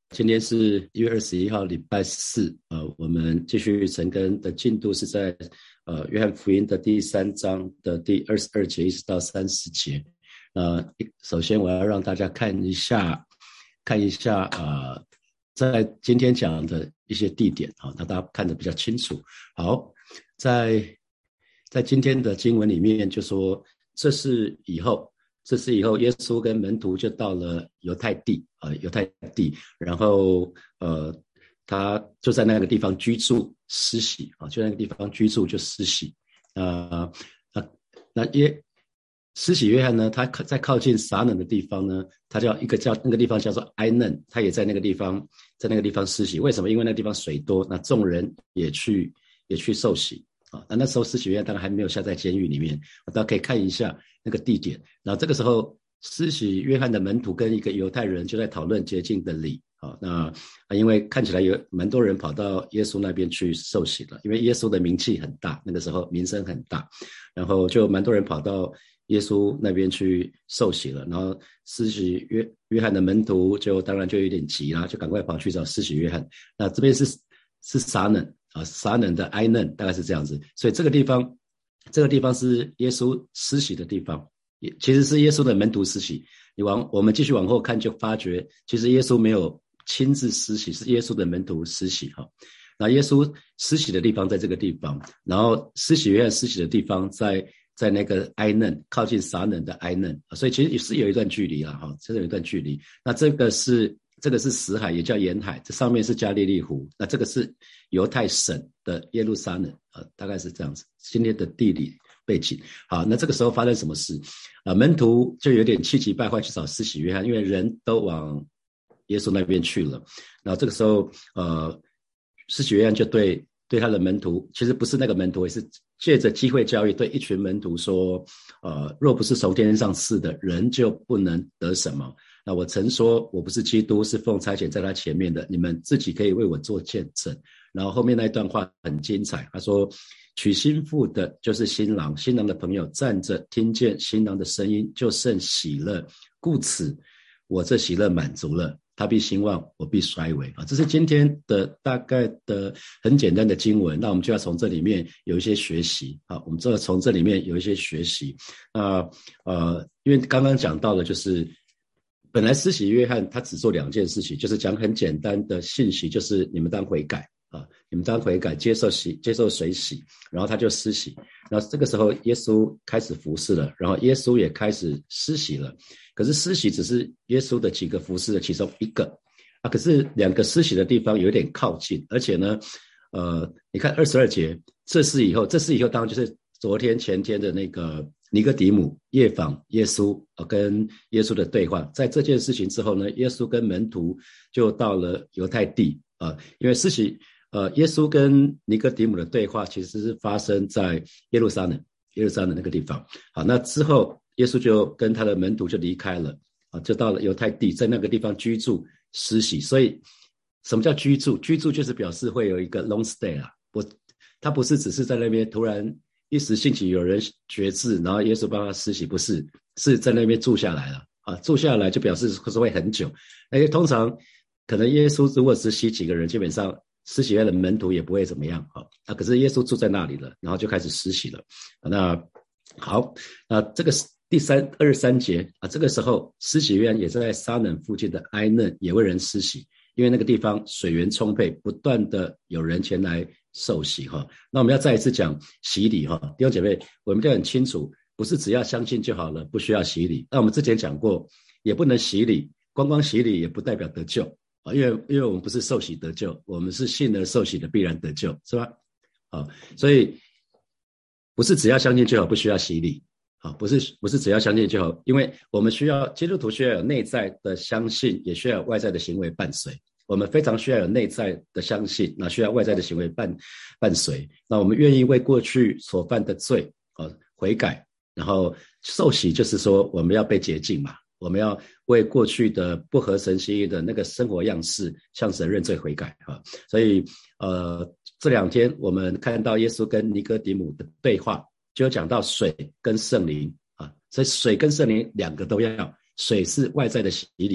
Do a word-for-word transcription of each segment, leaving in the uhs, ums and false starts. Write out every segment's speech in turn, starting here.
今天是一月二十一号，礼拜四。呃，我们继续晨更的进度是在呃约翰福音的第三章的第二十二节一直到三十节。呃，首先我要让大家看一下，看一下呃，在今天讲的一些地点啊，让大家看得比较清楚。好，在在今天的经文里面就说，这是以后。这是以后，耶稣跟门徒就到了犹太地啊，犹太地，然后呃，他就在那个地方居住施洗啊，就在那个地方居住就施洗。呃，那那耶施洗约翰呢，他在靠近撒冷的地方呢，他叫一个叫那个地方叫做埃嫩，他也在那个地方，在那个地方施洗。为什么？因为那个地方水多，那众人也去也去受洗。啊，那那时候施洗约翰当然还没有下在监狱里面，大家可以看一下那个地点。然后这个时候，施洗约翰的门徒跟一个犹太人就在讨论洁净的礼。啊，那因为看起来有蛮多人跑到耶稣那边去受洗了，因为耶稣的名气很大，那个时候名声很大，然后就蛮多人跑到耶稣那边去受洗了。然后施洗约约翰的门徒就当然就有点急啦，就赶快跑去找施洗约翰。那这边是是撒冷。啊，撒冷的埃嫩大概是这样子，所以这个地方，这个地方是耶稣施洗的地方，其实是耶稣的门徒施洗。你往我们继续往后看，就发觉其实耶稣没有亲自施洗，是耶稣的门徒施洗哈。那耶稣施洗的地方在这个地方，然后施洗约翰施洗的地方在在那个埃嫩，靠近撒冷的埃嫩，所以其实也是有一段距离啦哈，这是有一段距离。那这个是。这个是死海，也叫盐海，这上面是加利利湖。那这个是犹太省的耶路撒冷，呃，大概是这样子。今天的地理背景，好，那这个时候发生什么事？啊、呃，门徒就有点气急败坏去找施洗约翰，因为人都往耶稣那边去了。然后这个时候，呃，施洗约翰就对对他的门徒，其实不是那个门徒，也是借着机会教育，对一群门徒说，呃，若不是从天上赐的，人就不能得什么。那我曾说我不是基督，是奉差遣在他前面的，你们自己可以为我做见证。然后后面那一段话很精彩，他说娶新妇的就是新郎，新郎的朋友站着听见新郎的声音就甚喜乐，故此我这喜乐满足了，他必兴旺，我必衰微啊。这是今天的大概的很简单的经文，那我们就要从这里面有一些学习啊，我们就要从这里面有一些学习。那呃，因为刚刚讲到的就是本来施洗约翰他只做两件事情，就是讲很简单的信息，就是你们当悔改啊，你们当悔改，接受洗，接受水洗，然后他就施洗。然后这个时候耶稣开始服侍了，然后耶稣也开始施洗了。可是施洗只是耶稣的几个服侍的其中一个啊，可是两个施洗的地方有点靠近，而且呢，呃，你看二十二节，这是以后，这是以后，当然就是昨天前天的那个。尼哥底母夜访耶稣、呃、跟耶稣的对话，在这件事情之后呢，耶稣跟门徒就到了犹太地、呃、因为施洗呃，耶稣跟尼哥底母的对话其实是发生在耶路撒冷耶路撒冷那个地方。好，那之后耶稣就跟他的门徒就离开了、啊、就到了犹太地，在那个地方居住施洗。所以什么叫居住？居住就是表示会有一个 long stay 啊，不，他不是只是在那边突然一时兴起有人决志，然后耶稣帮他施洗，不是，是在那边住下来了啊，住下来就表示会很久。因为通常可能耶稣如果只洗几个人，基本上施洗约翰的门徒也不会怎么样啊。啊，可是耶稣住在那里了，然后就开始施洗了。啊、那好，那这个第三二十三节啊，这个时候施洗约翰也在撒冷附近的埃嫩也为人施洗，因为那个地方水源充沛，不断的有人前来受洗哈。那我们要再一次讲洗礼哈，弟兄姐妹，我们就很清楚，不是只要相信就好了，不需要洗礼。那我们之前讲过，也不能洗礼，光光洗礼也不代表得救啊，因为因为我们不是受洗得救，我们是信而受洗的必然得救，是吧？啊，所以不是只要相信就好，不需要洗礼。好，不是不是只要相信就好，因为我们需要基督徒需要有内在的相信，也需要有外在的行为伴随。我们非常需要有内在的相信，那需要外在的行为伴伴随。那我们愿意为过去所犯的罪呃悔改，然后受洗，就是说我们要被洁净嘛，我们要为过去的不合神心意的那个生活样式向神认罪悔改啊。所以呃这两天我们看到耶稣跟尼哥底母的对话，就有讲到水跟圣灵啊，所以水跟圣灵两个都要，水是外在的洗礼，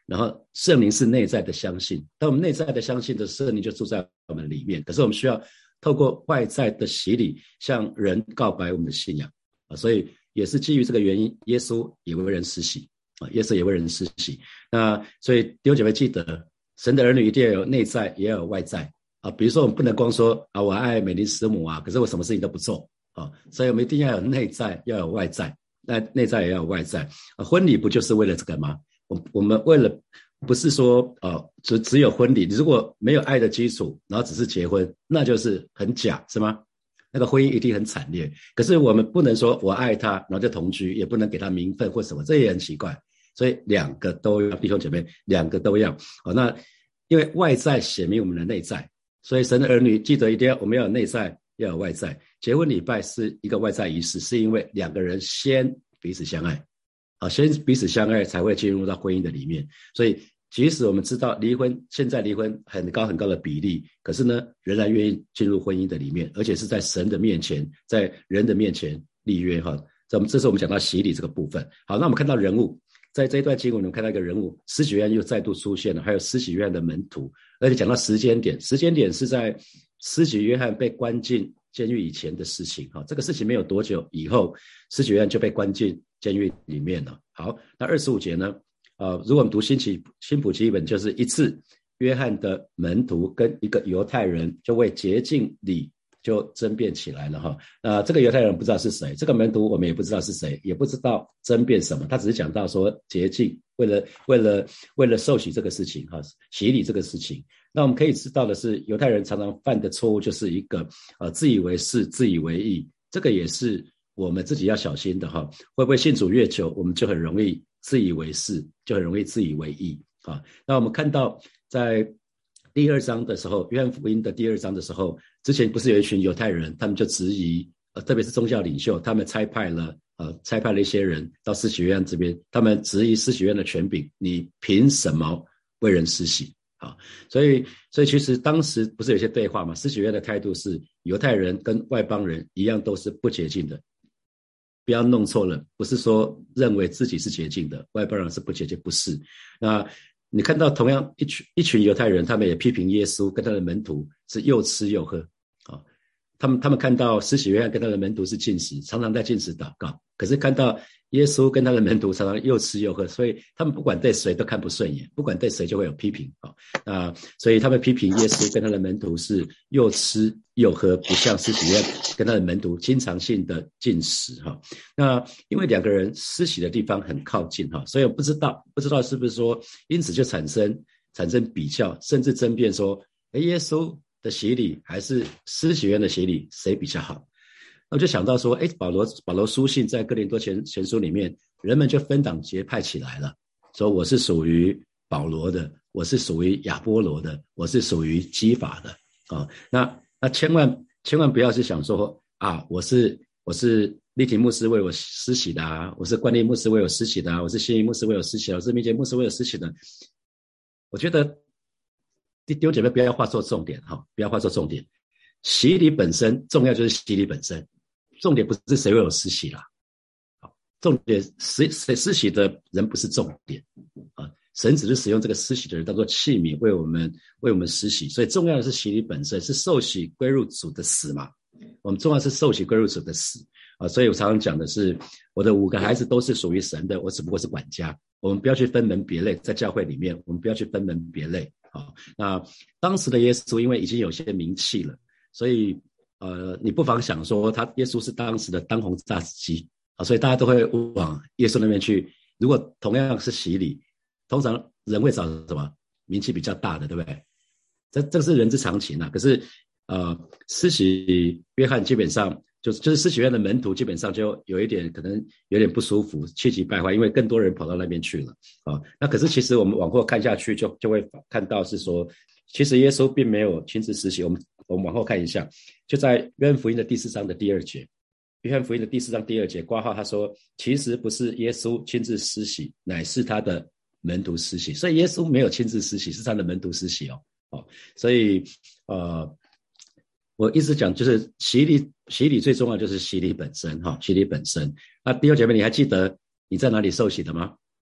然后圣灵是内在的相信，当我们内在的相信的圣灵就住在我们里面，可是我们需要透过外在的洗礼向人告白我们的信仰啊，所以也是基于这个原因，耶稣也为人施洗啊，耶稣也为人施洗。那所以弟兄姐妹记得，神的儿女一定要有内在，也要有外在啊。比如说我们不能光说啊我爱美丽师母啊，可是我什么事情都不做啊，所以我们一定要有内在，要有外在，那内在也要有外在啊。婚礼不就是为了这个吗？我我们为了不是说哦只只有婚礼，如果没有爱的基础，然后只是结婚，那就是很假，是吗？那个婚姻一定很惨烈。可是我们不能说我爱他，然后就同居，也不能给他名分或什么，这也很奇怪。所以两个都要，弟兄姐妹，两个都要。好，那因为外在显明我们的内在，所以神的儿女记得一定要我们要有内在，要有外在。结婚礼拜是一个外在仪式，是因为两个人先彼此相爱。啊，先彼此相爱才会进入到婚姻的里面。所以即使我们知道离婚，现在离婚很高很高的比例，可是呢仍然愿意进入婚姻的里面，而且是在神的面前，在人的面前立约哈。这这是我们讲到洗礼这个部分。好，那我们看到人物，在这一段经文我们看到一个人物，施洗约翰又再度出现了，还有施洗约翰的门徒，而且讲到时间点，时间点是在施洗约翰被关进监狱以前的事情哈，这个事情没有多久以后，施洗约翰就被关进监狱里面了。好，那二十五节呢？呃，如果我们读新奇新普奇本，就是一次约翰的门徒跟一个犹太人就为洁净礼就争辩起来了哈。那、呃、这个犹太人不知道是谁，这个门徒我们也不知道是谁，也不知道争辩什么，他只是讲到说洁净，为了为了为了受洗这个事情哈，洗礼这个事情。那我们可以知道的是，犹太人常常犯的错误就是一个呃自以为是、自以为义，这个也是我们自己要小心的哈。会不会信主越久，我们就很容易自以为是，就很容易自以为义啊？那我们看到在第二章的时候，约翰福音的第二章的时候，之前不是有一群犹太人，他们就质疑，呃，特别是宗教领袖，他们差派了呃差派了一些人到施洗约翰这边，他们质疑施洗约翰的权柄，你凭什么为人施洗？好，所以所以其实当时不是有些对话嘛？施洗约翰的态度是，犹太人跟外邦人一样都是不洁净的，不要弄错了，不是说认为自己是洁净的，外邦人是不洁净，不是。那你看到同样一群一群犹太人，他们也批评耶稣跟他的门徒是又吃又喝啊。他们他们看到施洗约翰跟他的门徒是禁食，常常在禁食祷告，可是看到耶稣跟他的门徒常常又吃又喝，所以他们不管对谁都看不顺眼，不管对谁就会有批评啊。那所以他们批评耶稣跟他的门徒是又吃又喝，不像施洗约翰跟他的门徒经常性的禁食哈。那因为两个人施洗的地方很靠近哈，所以我不知道不知道是不是说因此就产生产生比较，甚至争辩说，诶，耶稣的洗礼还是施洗约翰的洗礼谁比较好？那我就想到说，诶，保罗保罗书信在哥林多前前书里面，人们就分党结派起来了，说我是属于保罗的，我是属于亚波罗的，我是属于基法的啊、哦。那那千万千万不要是想说啊，我是我是立体牧师为我施洗的啊，我是冠立牧师为我施洗的啊，我是新义牧师为我施洗的，我是明杰牧师为我施洗的。我觉得弟兄姐妹不要画错重点哈，不要画错重点。洗礼本身重要就是洗礼本身，重点不是谁为我施洗啦，重点谁谁施洗的人不是重点啊。神只是使用这个施洗的人当作器皿为我们为我们施洗，所以重要的是洗礼本身，是受洗归入主的死嘛。我们重要是受洗归入主的死啊，所以我常常讲的是，我的五个孩子都是属于神的，我只不过是管家。我们不要去分门别类，在教会里面，我们不要去分门别类啊。那当时的耶稣因为已经有些名气了，所以呃，你不妨想说，他耶稣是当时的当红炸子鸡啊，所以大家都会往耶稣那边去。如果同样是洗礼，通常人会找什么名气比较大的，对不对？这这是人之常情啊。可是呃，施洗约翰基本上就是就是施洗约翰的门徒基本上就有一点可能有点不舒服，气急败坏，因为更多人跑到那边去了啊。那可是其实我们往后看下去就就会看到是说，其实耶稣并没有亲自施洗。我们我们往后看一下，就在约翰福音的第四章的第二节，约翰福音的第四章第二节括号他说，其实不是耶稣亲自施洗，乃是他的门徒施洗。所以耶稣没有亲自施洗，是他的门徒施洗哦。哦，所以呃，我一直讲就是洗礼，洗礼最重要就是洗礼本身哈，洗礼本身。那弟兄姐妹，你还记得你在哪里受洗的吗？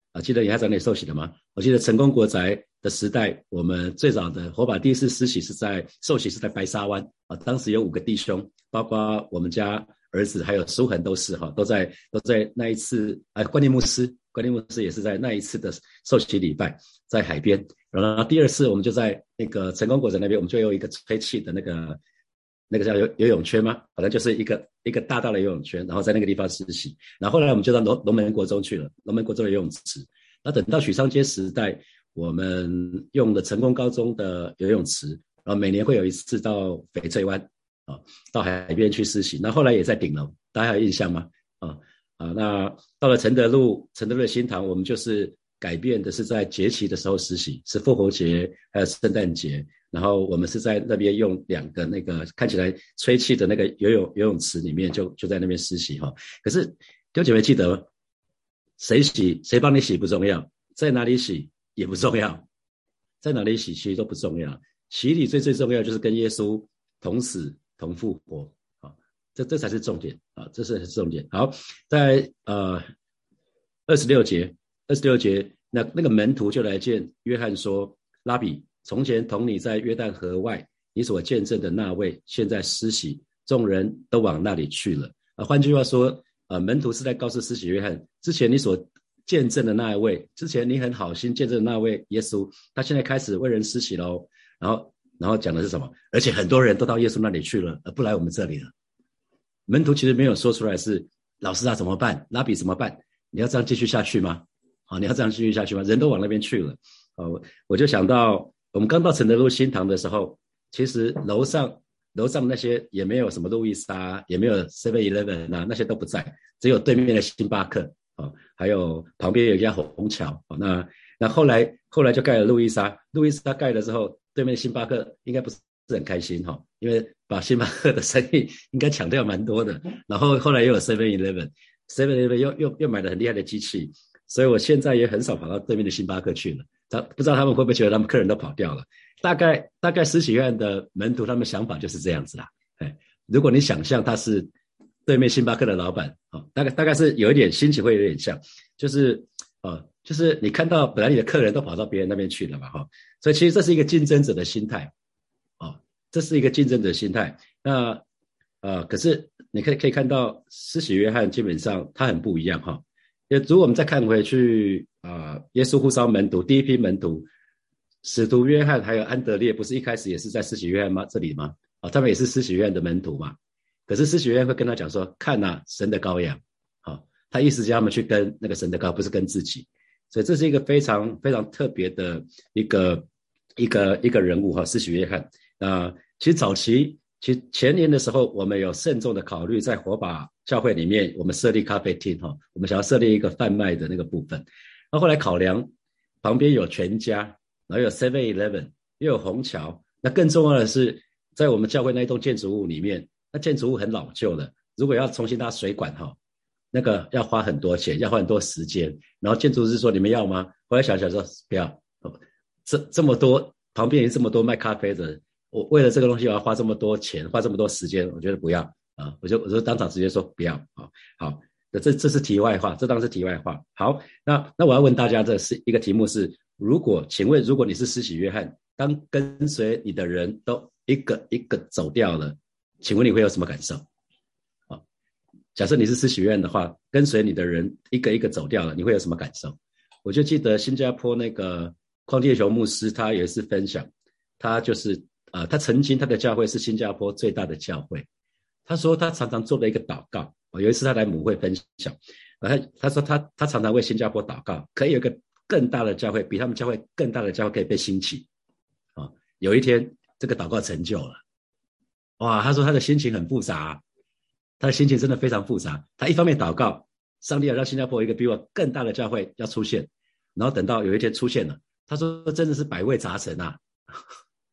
啊，记得你还在那里受洗的吗？我记得成功国宅的时代，我们最早的火把第一次施洗是在受洗是在白沙湾啊，当时有五个弟兄，包括我们家儿子还有苏恒都是哈，都在都在那一次啊，关念牧师，关念牧师也是在那一次的受洗礼拜，在海边。然后第二次我们就在那个成功国宅那边，我们就有一个吹气的那个那个叫游游泳圈吗？反正就是一个一个大大的游泳圈，然后在那个地方实习。然后后来我们就到龙龙门国中去了，龙门国中的游泳池。那等到许昌街时代，我们用了成功高中的游泳池，然后每年会有一次到翡翠湾啊，到海边去实习。那后来也在顶楼，大家还有印象吗？啊啊，那到了承德路承德路的新堂，我们就是改变的是在节期的时候实习，是复活节还有圣诞节。然后我们是在那边用两个那个看起来吹气的那个游泳游泳池里面就就在那边实习哈。可是弟兄姐妹记得，谁洗谁帮你洗不重要，在哪里洗也不重要，在哪里洗其实都不重要。洗礼最最重要就是跟耶稣同死同复活啊，这这才是重点啊，这是重点。好，在呃二十六节，二十六节那那个门徒就来见约翰说，拉比。从前同你在约旦河外，你所见证的那位，现在施洗，众人都往那里去了。啊，换句话说，呃，门徒是在告诉施洗约翰，之前你所见证的那一位，之前你很好心见证的那位耶稣，他现在开始为人施洗喽。然后，然后讲的是什么？而且很多人都到耶稣那里去了，而不来我们这里了。门徒其实没有说出来是，老师啊怎么办？拉比怎么办？你要这样继续下去吗？啊，你要这样继续下去吗？人都往那边去了。哦，我就想到。我们刚到承德路新堂的时候，其实楼上楼上那些也没有什么路易莎，也没有 seven eleven 啊，那些都不在，只有对面的星巴克啊，还有旁边有一家虹桥啊。那那后来后来就盖了路易莎，路易莎盖了之后，对面的星巴克应该不是很开心哈，因为把星巴克的生意应该抢掉蛮多的。然后后来又有 seven eleven，seven eleven 又又又买了很厉害的机器，所以我现在也很少跑到对面的星巴克去了。他不知道他们会不会觉得他们客人都跑掉了？大概大概施洗约翰的门徒他们想法就是这样子啦。哎，如果你想象他是对面星巴克的老板，哦，大概大概是有一点心情会有点像，就是哦，就是你看到本来你的客人都跑到别人那边去了嘛，哈、哦，所以其实这是一个竞争者的心态，哦，这是一个竞争者的心态。那呃，可是你可以可以看到施洗约翰基本上他很不一样哈。也如果我们再看回去啊、呃，耶稣呼召门徒第一批门徒，使徒约翰还有安德烈，不是一开始也是在施洗约翰吗？这里吗？啊、哦，他们也是施洗约翰的门徒嘛。可是施洗约翰会跟他讲说：“看啊，神的羔羊。”好，他意思叫他们去跟那个神的羔，不是跟自己。所以这是一个非常非常特别的一个一个一个人物哈，施洗约翰。那、呃、其实早期。其实前年的时候，我们有慎重的考虑，在火把教会里面，我们设立咖啡厅哈，我们想要设立一个贩卖的那个部分。那后来考量，旁边有全家，然后有 seven eleven， 又有虹桥。那更重要的是，在我们教会那一栋建筑物里面，那建筑物很老旧了，如果要重新搭水管哈，那个要花很多钱，要花很多时间。然后建筑师说：“你们要吗？”后来想想说：“不要，这这么多，旁边有这么多卖咖啡的。”我为了这个东西我要花这么多钱，花这么多时间，我觉得不要啊！我就我就当场直接说不要啊！好，这这是题外话，这当然是题外话。好，那那我要问大家，这是一个题目是：如果，请问，如果你是施洗约翰，当跟随你的人都一个一个走掉了，请问你会有什么感受？啊，假设你是施洗约翰的话，跟随你的人一个一个走掉了，你会有什么感受？我就记得新加坡那个匡介雄牧师，他有一次分享，他就是。呃，他曾经他的教会是新加坡最大的教会。他说他常常做了一个祷告。有一次他来母会分享，他他说他他常常为新加坡祷告，可以有一个更大的教会，比他们教会更大的教会可以被兴起。啊、哦，有一天这个祷告成就了。哇，他说他的心情很复杂，他的心情真的非常复杂。他一方面祷告，上帝要让新加坡有一个比我更大的教会要出现，然后等到有一天出现了，他说真的是百味杂陈啊。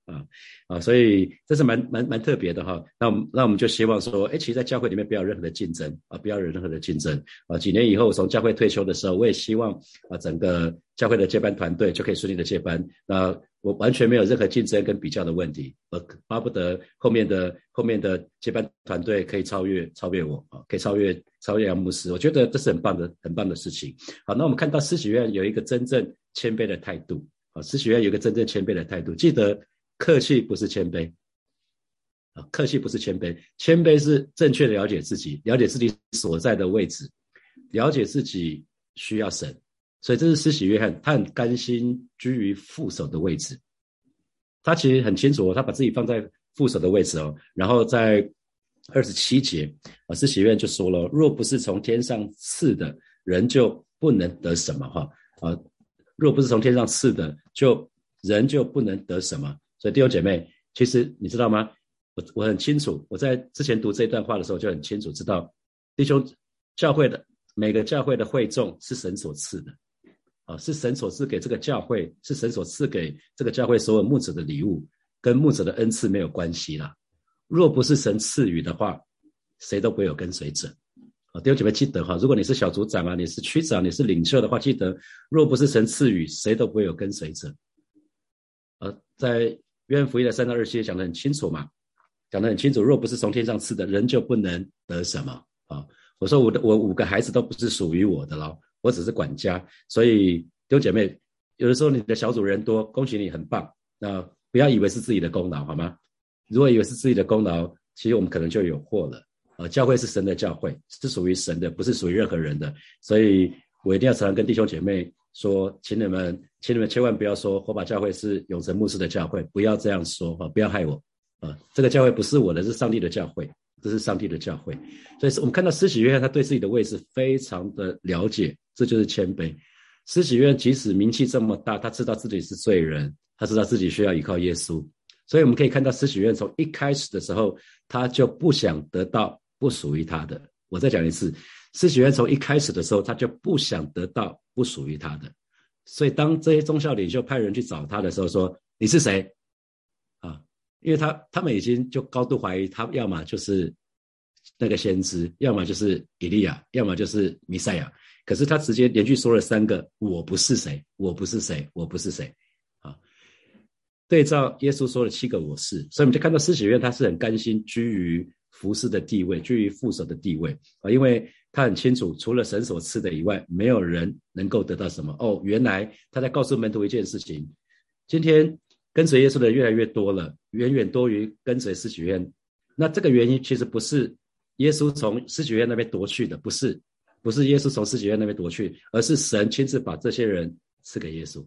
啊啊，所以这是蛮蛮蛮特别的哈。那我们那我们就希望说，哎，其实在教会里面不要有任何的竞争啊，不要有任何的竞争啊。几年以后从教会退休的时候，我也希望啊，整个教会的接班团队就可以顺利的接班。那我完全没有任何竞争跟比较的问题，我巴不得后面的后面的接班团队可以超越超越我啊，可以超越超越杨牧师。我觉得这是很棒的很棒的事情。好，那我们看到施洗约翰有一个真正谦卑的态度。啊，施洗约翰有一个真正谦卑的态度，记得客气不是谦卑，啊，客气不是谦卑，谦卑是正确的了解自己，了解自己所在的位置，了解自己需要神，所以这是施洗约翰，他很甘心居于副手的位置，他其实很清楚哦，他把自己放在副手的位置哦，然后在二十七节啊，施洗约翰就说了，若不是从天上赐的，人就不能得什么哈啊。若不是从天上赐的，就人就不能得什么。所以弟兄姐妹，其实你知道吗？我我很清楚，我在之前读这段话的时候就很清楚知道，弟兄教会的每个教会的会众是神所赐的，啊，是神所赐给这个教会，是神所赐给这个教会所有牧者的礼物，跟牧者的恩赐没有关系啦。若不是神赐予的话，谁都不会有跟随者。弟兄姐妹记得哈，如果你是小组长啊，你是区长，你是领袖的话，记得若不是神赐予，谁都不会有跟随者。呃，在约翰福音的三到二十七讲得很清楚嘛，讲得很清楚，若不是从天上赐的，人就不能得什么啊。我说我的我五个孩子都不是属于我的咯，我只是管家，所以弟兄姐妹，有的时候你的小组人多，恭喜你很棒，那不要以为是自己的功劳好吗？如果以为是自己的功劳，其实我们可能就有祸了。呃，教会是神的教会，是属于神的，不是属于任何人的。所以我一定要常常跟弟兄姐妹说，请你们，请你们千万不要说火把教会是永成牧师的教会，不要这样说啊，不要害我啊、呃！这个教会不是我的，是上帝的教会，这是上帝的教会。所以我们看到施洗约翰他对自己的位置非常的了解，这就是谦卑。施洗约翰即使名气这么大，他知道自己是罪人，他知道自己需要依靠耶稣。所以我们可以看到施洗约翰从一开始的时候，他就不想得到不属于他的。我再讲一次，施洗约翰从一开始的时候，他就不想得到不属于他的。所以当这些宗教领袖派人去找他的时候，说你是谁啊？因为他他们已经就高度怀疑他，要么就是那个先知，要么就是以利亚，要么就是弥赛亚。可是他直接连续说了三个我不是谁，我不是谁，我不是谁啊。对照耶稣说了七个我是，所以我们就看到施洗约翰他是很甘心居于服侍的地位，居于副手的地位啊，因为他很清楚，除了神所赐的以外，没有人能够得到什么。哦，原来他在告诉门徒一件事情：今天跟随耶稣的人越来越多了，远远多于跟随施洗约翰。那这个原因其实不是耶稣从施洗约翰那边夺去的，不是，不是耶稣从施洗约翰那边夺去，而是神亲自把这些人赐给耶稣。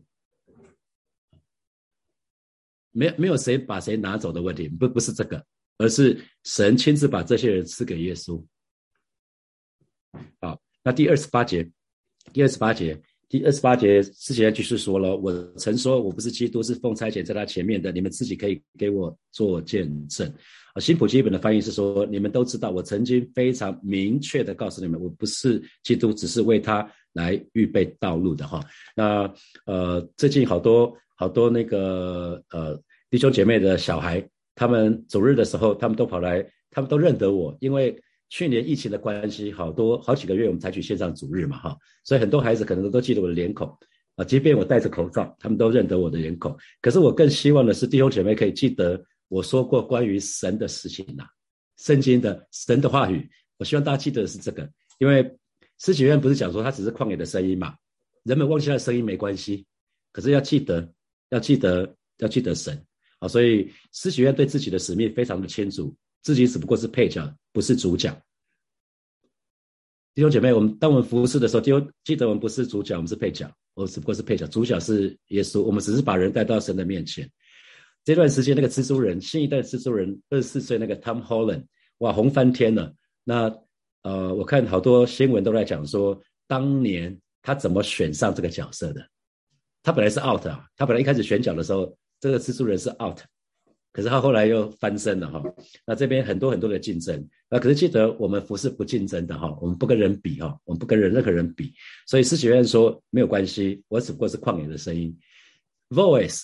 没有没有谁把谁拿走的问题，不不是这个，而是神亲自把这些人赐给耶稣。好，那第二十八节，第二十八节，第二十八节，施洗约翰继续说了：我曾说我不是基督，是奉差遣在他前面的，你们自己可以给我做见证。啊，新普基本的翻译是说，你们都知道，我曾经非常明确的告诉你们，我不是基督，只是为他来预备道路的哈。那呃，最近好多。好多那个呃弟兄姐妹的小孩，他们主日的时候，他们都跑来，他们都认得我，因为去年疫情的关系，好多好几个月我们采取线上主日嘛哈，所以很多孩子可能都记得我的脸孔啊，即便我戴着口罩，他们都认得我的脸孔。可是我更希望的是弟兄姐妹可以记得我说过关于神的事情啊，圣经的神的话语，我希望大家记得的是这个，因为施洗约翰不是讲说他只是旷野的声音嘛，人们忘记他的声音没关系，可是要记得。要记得，要记得神啊！所以施洗约翰对自己的使命非常的清楚，自己只不过是配角，不是主角。弟兄姐妹，我们当我们服侍的时候，就记得我们不是主角，我们是配角，我只不过是配角，主角是耶稣，我们只是把人带到神的面前。这段时间，那个蜘蛛人，新一代的蜘蛛人，二十四岁那个 Tom Holland， 哇，红翻天了。那呃，我看好多新闻都在讲说，当年他怎么选上这个角色的。他本来是 out 啊，他本来一开始选角的时候，这个蜘蛛人是 out， 可是他后来又翻身了哈。那这边很多很多的竞争，那可是记得我们服事不竞争的哈，我们不跟人比哈，我们不跟人任何人比。所以施洗约翰说没有关系，我只不过是旷野的声音 ，voice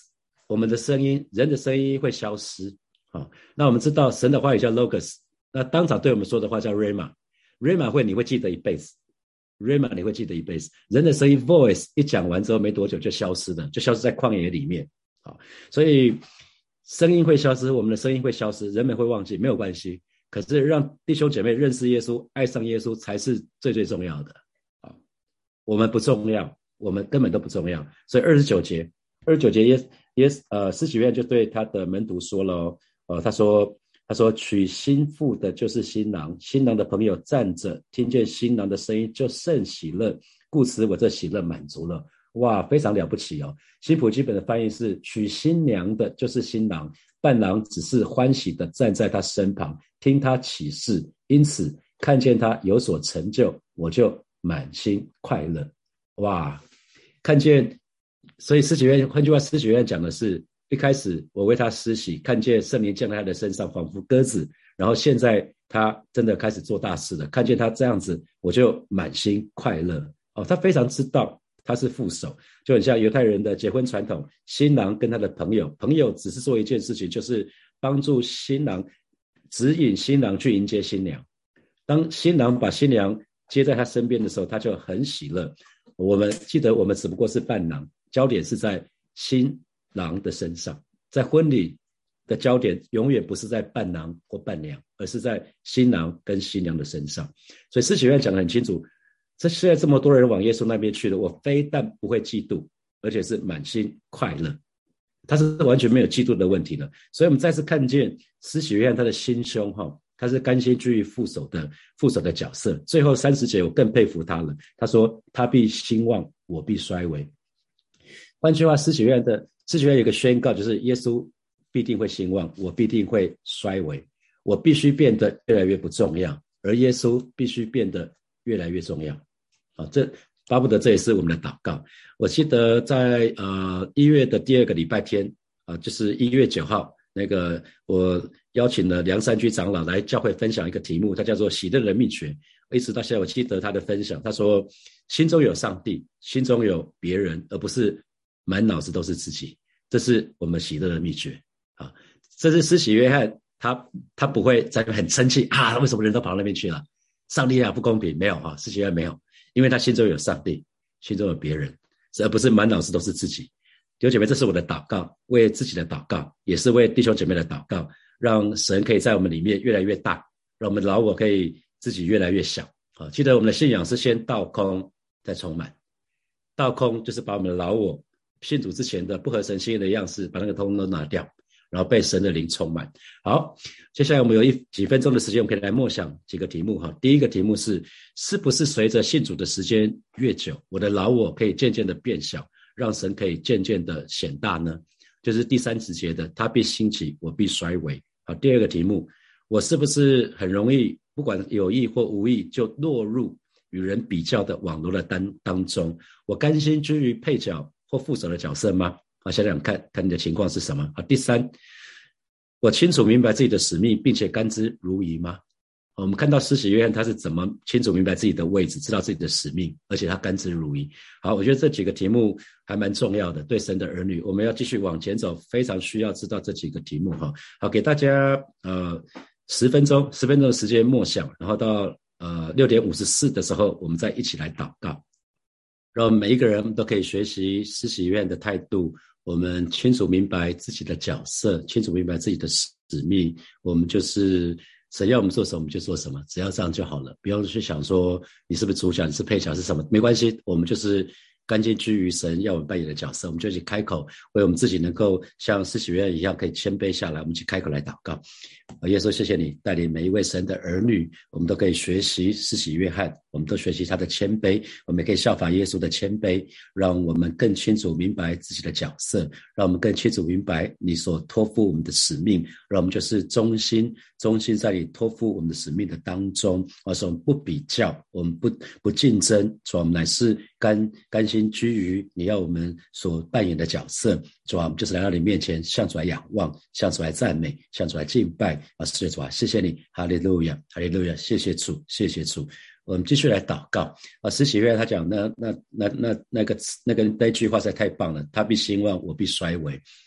我们的声音，人的声音会消失。好，那我们知道神的话语叫 Logos， 那当场对我们说的话叫 Rhema，Rhema 会你会记得一辈子。Rhema 你会记得一辈子，人的声音 voice 一讲完之后没多久就消失了，就消失在旷野里面。好，所以声音会消失，我们的声音会消失，人们会忘记，没有关系。可是让弟兄姐妹认识耶稣，爱上耶稣才是最最重要的。好，我们不重要，我们根本都不重要。所以二十九节，二十九节耶耶呃施洗约翰就对他的门徒说了哦，呃他说。他说娶新妇的就是新郎，新郎的朋友站着，听见新郎的声音就甚喜乐，故此我这喜乐满足了。哇，非常了不起哦。新普基本的翻译是娶新娘的就是新郎，伴郎只是欢喜的站在他身旁，听他启示，因此看见他有所成就，我就满心快乐。哇，看见，所以施洗约翰，换句话，施洗约翰讲的是一开始我为他施洗，看见圣灵降在他的身上，仿佛鸽子，然后现在他真的开始做大事了，看见他这样子，我就满心快乐。哦，他非常知道他是副手，就很像犹太人的结婚传统，新郎跟他的朋友，朋友只是做一件事情，就是帮助新郎，指引新郎去迎接新娘。当新郎把新娘接在他身边的时候，他就很喜乐。我们记得我们只不过是伴郎，焦点是在新郎的身上，在婚礼的焦点永远不是在伴郎或伴娘，而是在新郎跟新娘的身上。所以施洗约翰讲得很清楚，这现在这么多人往耶稣那边去了，我非但不会嫉妒，而且是满心快乐。他是完全没有嫉妒的问题的。所以我们再次看见施洗约翰他的心胸，他是甘心居于副手的副手的角色。最后三十节我更佩服他了，他说他必兴旺，我必衰微。换句话，施洗约翰的施洗约翰有一个宣告，就是耶稣必定会兴旺，我必定会衰微，我必须变得越来越不重要，而耶稣必须变得越来越重要。好，这巴不得这也是我们的祷告。我记得在呃一月的第二个礼拜天啊、呃，就是一月九号，那个我邀请了梁山居长老来教会分享一个题目，他叫做喜乐的秘诀。一直到现在我记得他的分享，他说心中有上帝，心中有别人，而不是满脑子都是自己，这是我们喜乐的秘诀啊！这是施洗约翰，他他不会在很生气啊，为什么人都跑到那边去了？上帝啊，不公平！没有啊，施洗约翰没有，因为他心中有上帝，心中有别人，而不是满脑子都是自己。弟兄姐妹，这是我的祷告，为自己的祷告，也是为弟兄姐妹的祷告，让神可以在我们里面越来越大，让我们老我可以自己越来越小啊！记得我们的信仰是先倒空，再充满。倒空就是把我们的老我信主之前的不合神心意的样式，把那个通通都拿掉，然后被神的灵充满。好，接下来我们有一几分钟的时间，我们可以来默想几个题目哈。第一个题目是，是不是随着信主的时间越久，我的老我可以渐渐的变小，让神可以渐渐的显大呢？就是第三十节的，他必兴起，我必衰微。好，第二个题目，我是不是很容易，不管有意或无意，就落入与人比较的网络的当当中？我甘心居于配角或副手的角色吗？好，想想看看你的情况是什么。好，第三，我清楚明白自己的使命，并且甘之如饴吗？我们看到施洗约翰他是怎么清楚明白自己的位置，知道自己的使命，而且他甘之如饴。好，我觉得这几个题目还蛮重要的，对神的儿女，我们要继续往前走，非常需要知道这几个题目哈。好，给大家呃十分钟，十分钟的时间默想，然后到呃六点五十四的时候，我们再一起来祷告，让每一个人都可以学习施洗约翰的态度。我们清楚明白自己的角色，清楚明白自己的使命，我们就是神要我们做什么我们就做什么，只要这样就好了，不用去想说你是不是主角，你是配角是什么，没关系，我们就是甘心居于神要我们扮演的角色，我们就一起开口，为我们自己能够像施洗约翰一样可以谦卑下来，我们去开口来祷告。耶稣，谢谢你带领每一位神的儿女，我们都可以学习施洗约翰，我们都学习他的谦卑，我们也可以效法耶稣的谦卑，让我们更清楚明白自己的角色，让我们更清楚明白你所托付我们的使命，让我们就是忠心忠心在你托付我们的使命的当中，而且我们不比较，我们不不竞争，主啊，我们乃是甘甘心居于你要我们所扮演的角色，主啊，我们就是来到你面前，向主来仰望，向主来赞美，向主来敬拜啊！是主啊，谢谢你，哈利路亚，哈利路亚，谢谢主，谢谢主。我们继续来祷告啊！施洗约翰他讲，那那那那那个那个那句话实在太棒了，他必兴旺，我必衰微。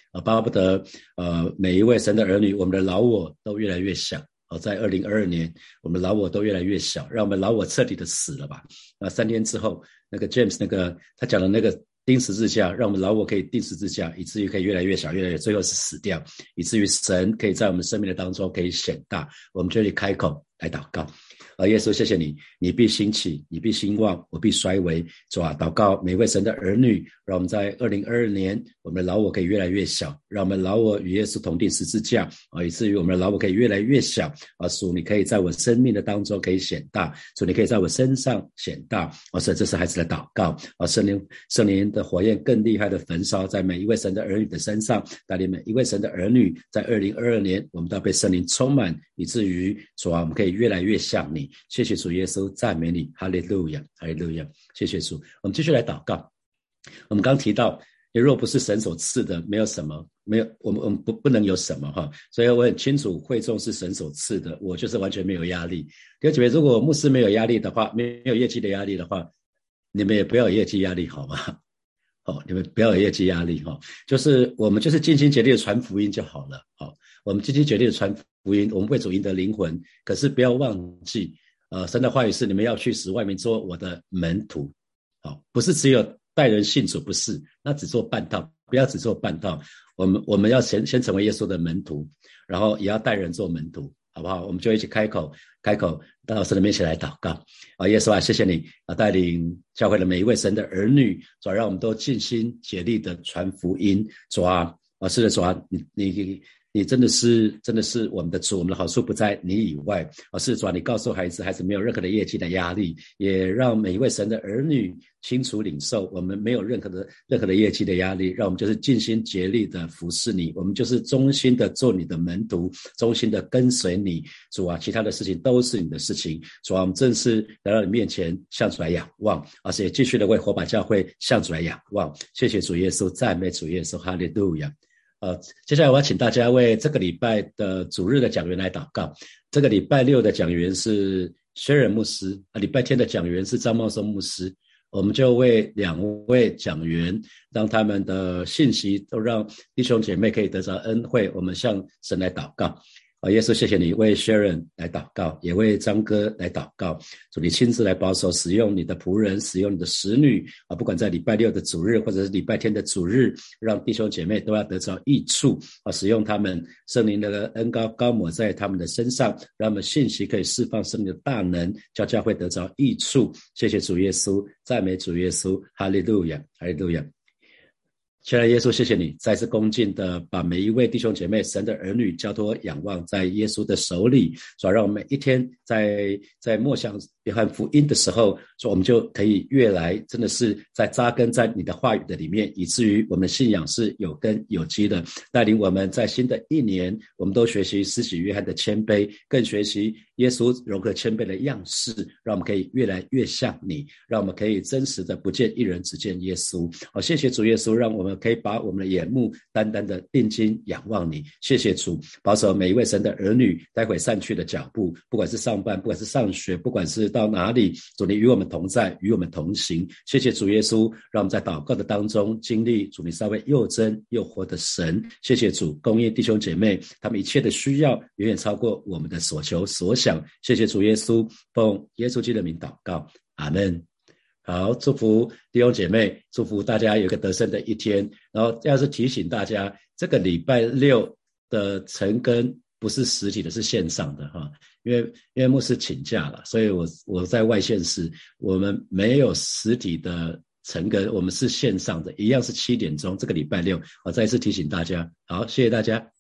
啊，巴不得呃每一位神的儿女，我们的老我都越来越小。哦，在二零二二年，我们老我都越来越小，让我们老我彻底的死了吧。那三天之后，那个 James 那个他讲的那个钉十字架，让我们老我可以钉十字架，以至于可以越来越小，越来越最后是死掉，以至于神可以在我们生命的当中可以显大，我们就去开口来祷告。啊，耶稣，谢谢你，你必兴起，你必兴旺，我必衰微。主啊，祷告每位神的儿女，让我们在二零二二年，我们的老我可以越来越小，让我们老我与耶稣同定十字架啊，以至于我们的老我可以越来越小啊。主，你可以在我生命的当中可以显大，主，你可以在我身上显大。啊，神，这是孩子的祷告啊，圣灵圣灵的火焰更厉害的焚烧在每一位神的儿女的身上，带领每一位神的儿女在二零二二年，我们都要被圣灵充满，以至于主啊，我们可以越来越像你。谢谢主耶稣，赞美你，哈利路亚，哈利路亚。谢谢主。我们继续来祷告。我们刚提到，也若不是神所赐的，没有什么，没有我们我们不不能有什么哈。所以我很清楚，会众是神所赐的，我就是完全没有压力。弟兄姐妹，如果牧师没有压力的话，没有业绩的压力的话，你们也不要有业绩压力，好吗？哦，你们不要有业绩压力哈，就是我们就是尽心竭力的传福音就好了。好，我们尽心竭力的传福音，我们为主赢得灵魂，可是不要忘记。呃，神的话语是你们要去使外面做我的门徒，好，不是只有带人信主，不是，那只做半道，不要只做半道，我们我们要先先成为耶稣的门徒，然后也要带人做门徒，好不好？我们就一起开口，开口到神的面前来祷告啊，耶稣啊，谢谢你啊，带领教会的每一位神的儿女，主啊，让我们都尽心竭力的传福音，主啊，啊，是的，主啊，你你。你真的是真的是我们的主，我们的好处不在你以外。而是主啊，你告诉孩子，孩子没有任何的业绩的压力，也让每一位神的儿女清楚领受，我们没有任何的任何的业绩的压力，让我们就是尽心竭力的服侍你，我们就是忠心的做你的门徒，忠心的跟随你。主啊，其他的事情都是你的事情。主啊，我们正是来到你面前向主来仰望，而且继续的为火把教会向主来仰望。谢谢主耶稣，赞美主耶稣，哈利路亚。呃，接下来我要请大家为这个礼拜的主日的讲员来祷告。这个礼拜六的讲员是薛仁牧师，啊，礼拜天的讲员是张茂松牧师。我们就为两位讲员，让他们的信息都让弟兄姐妹可以得着恩惠，我们向神来祷告。啊，耶稣，谢谢你为 Sharon 来祷告，也为张哥来祷告。主，你亲自来保守使用你的仆人，使用你的使女啊，不管在礼拜六的主日或者是礼拜天的主日，让弟兄姐妹都要得着益处啊，使用他们圣灵的恩膏膏抹在他们的身上，让他们信息可以释放圣灵的大能，叫教会得着益处。谢谢主耶稣，赞美主耶稣，哈利路亚，哈利路亚。亲爱的耶稣，谢谢你再次恭敬的把每一位弟兄姐妹神的儿女交托仰望在耶稣的手里，所以让我们每一天在在默想约翰福音的时候，说我们就可以越来真的是在扎根在你的话语的里面，以至于我们的信仰是有根有基的，带领我们在新的一年，我们都学习施洗约翰的谦卑，更学习耶稣柔和谦卑的样式，让我们可以越来越像你，让我们可以真实的不见一人只见耶稣。好，谢谢主耶稣，让我们可以把我们的眼目单单的定睛仰望你。谢谢主，保守每一位神的儿女待会散去的脚步，不管是上班，不管是上学，不管是到哪里，主你与我们同在，与我们同行。谢谢主耶稣，让我们在祷告的当中经历主你稍微又真又活的神。谢谢主，供应弟兄姐妹他们一切的需要远远超过我们的所求所想。谢谢主耶稣，奉耶稣基督的名祷告，阿们。好，祝福弟兄姐妹，祝福大家有一个得胜的一天。然后要是提醒大家，这个礼拜六的晨更不是实体的，是线上的哈，因为因为牧师请假了，所以我我在外县市，我们没有实体的晨更，我们是线上的，一样是七点钟，这个礼拜六，我再一次提醒大家。好，谢谢大家。